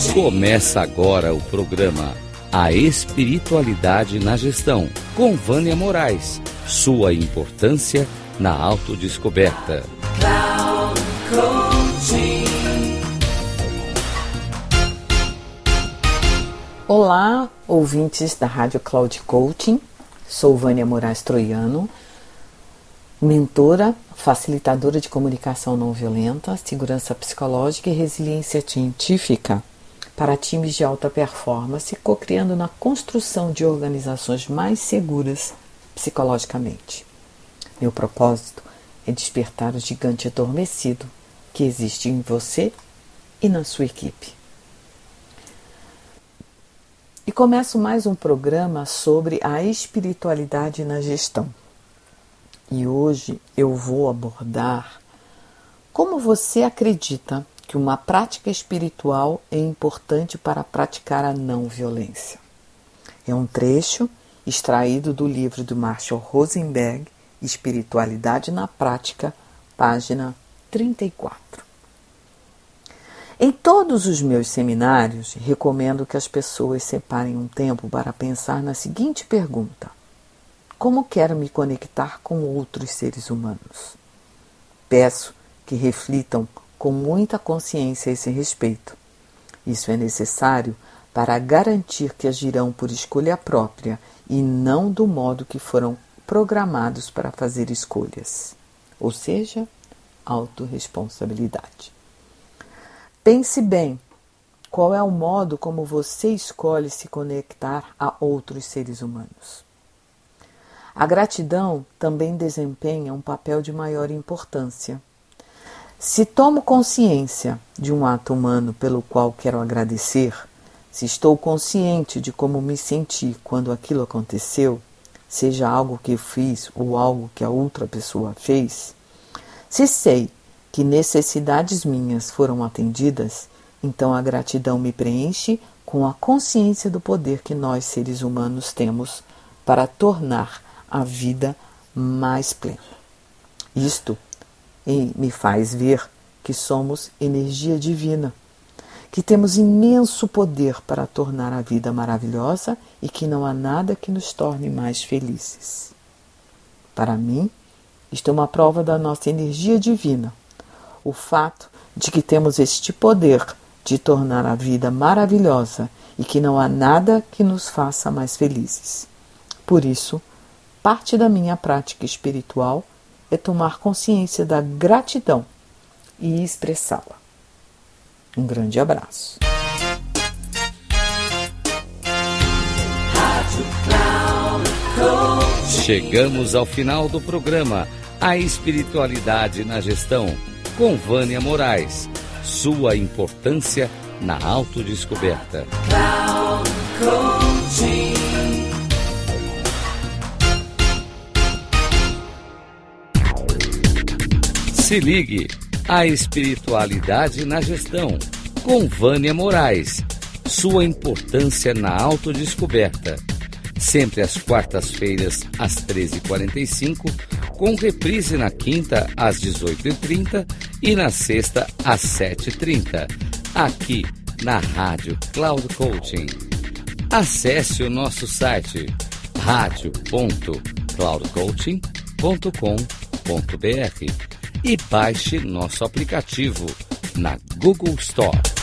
Começa agora o programa A Espiritualidade na Gestão, com Vânia Moraes. Sua importância na autodescoberta. Olá, ouvintes da Rádio Cloud Coaching. Sou Vânia Moraes Troiano, mentora, facilitadora de comunicação não violenta, segurança psicológica e resiliência científica para times de alta performance, co-criando na construção de organizações mais seguras psicologicamente. Meu propósito é despertar o gigante adormecido que existe em você e na sua equipe. E começo mais um programa sobre a espiritualidade na gestão. E hoje eu vou abordar como você acredita que uma prática espiritual é importante para praticar a não violência. É um trecho extraído do livro do Marshall Rosenberg, Espiritualidade na Prática, página 34. Em todos os meus seminários, recomendo que as pessoas separem um tempo para pensar na seguinte pergunta: como quero me conectar com outros seres humanos? Peço que reflitam com muita consciência a esse respeito. Isso é necessário para garantir que agirão por escolha própria e não do modo que foram programados para fazer escolhas, ou seja, autorresponsabilidade. Pense bem, qual é o modo como você escolhe se conectar a outros seres humanos? A gratidão também desempenha um papel de maior importância. Se tomo consciência de um ato humano pelo qual quero agradecer, se estou consciente de como me senti quando aquilo aconteceu, seja algo que eu fiz ou algo que a outra pessoa fez, se sei que necessidades minhas foram atendidas, então a gratidão me preenche com a consciência do poder que nós, seres humanos, temos para tornar a vida mais plena. Isto me faz ver que somos energia divina, que temos imenso poder para tornar a vida maravilhosa e que não há nada que nos torne mais felizes. Para mim, isto é uma prova da nossa energia divina. O fato de que temos este poder de tornar a vida maravilhosa e que não há nada que nos faça mais felizes. Por isso, parte da minha prática espiritual é tomar consciência da gratidão e expressá-la. Um grande abraço. Chegamos ao final do programa A Espiritualidade na Gestão, com Vânia Moraes. Sua importância na autodescoberta. Se ligue, A Espiritualidade na Gestão, com Vânia Moraes. Sua importância na autodescoberta. Sempre às quartas-feiras, às 13h45, com reprise na quinta, às 18h30 e na sexta, às 7h30, aqui na Rádio Cloud Coaching. Acesse o nosso site radio.cloudcoaching.com.br e baixe nosso aplicativo na Google Store.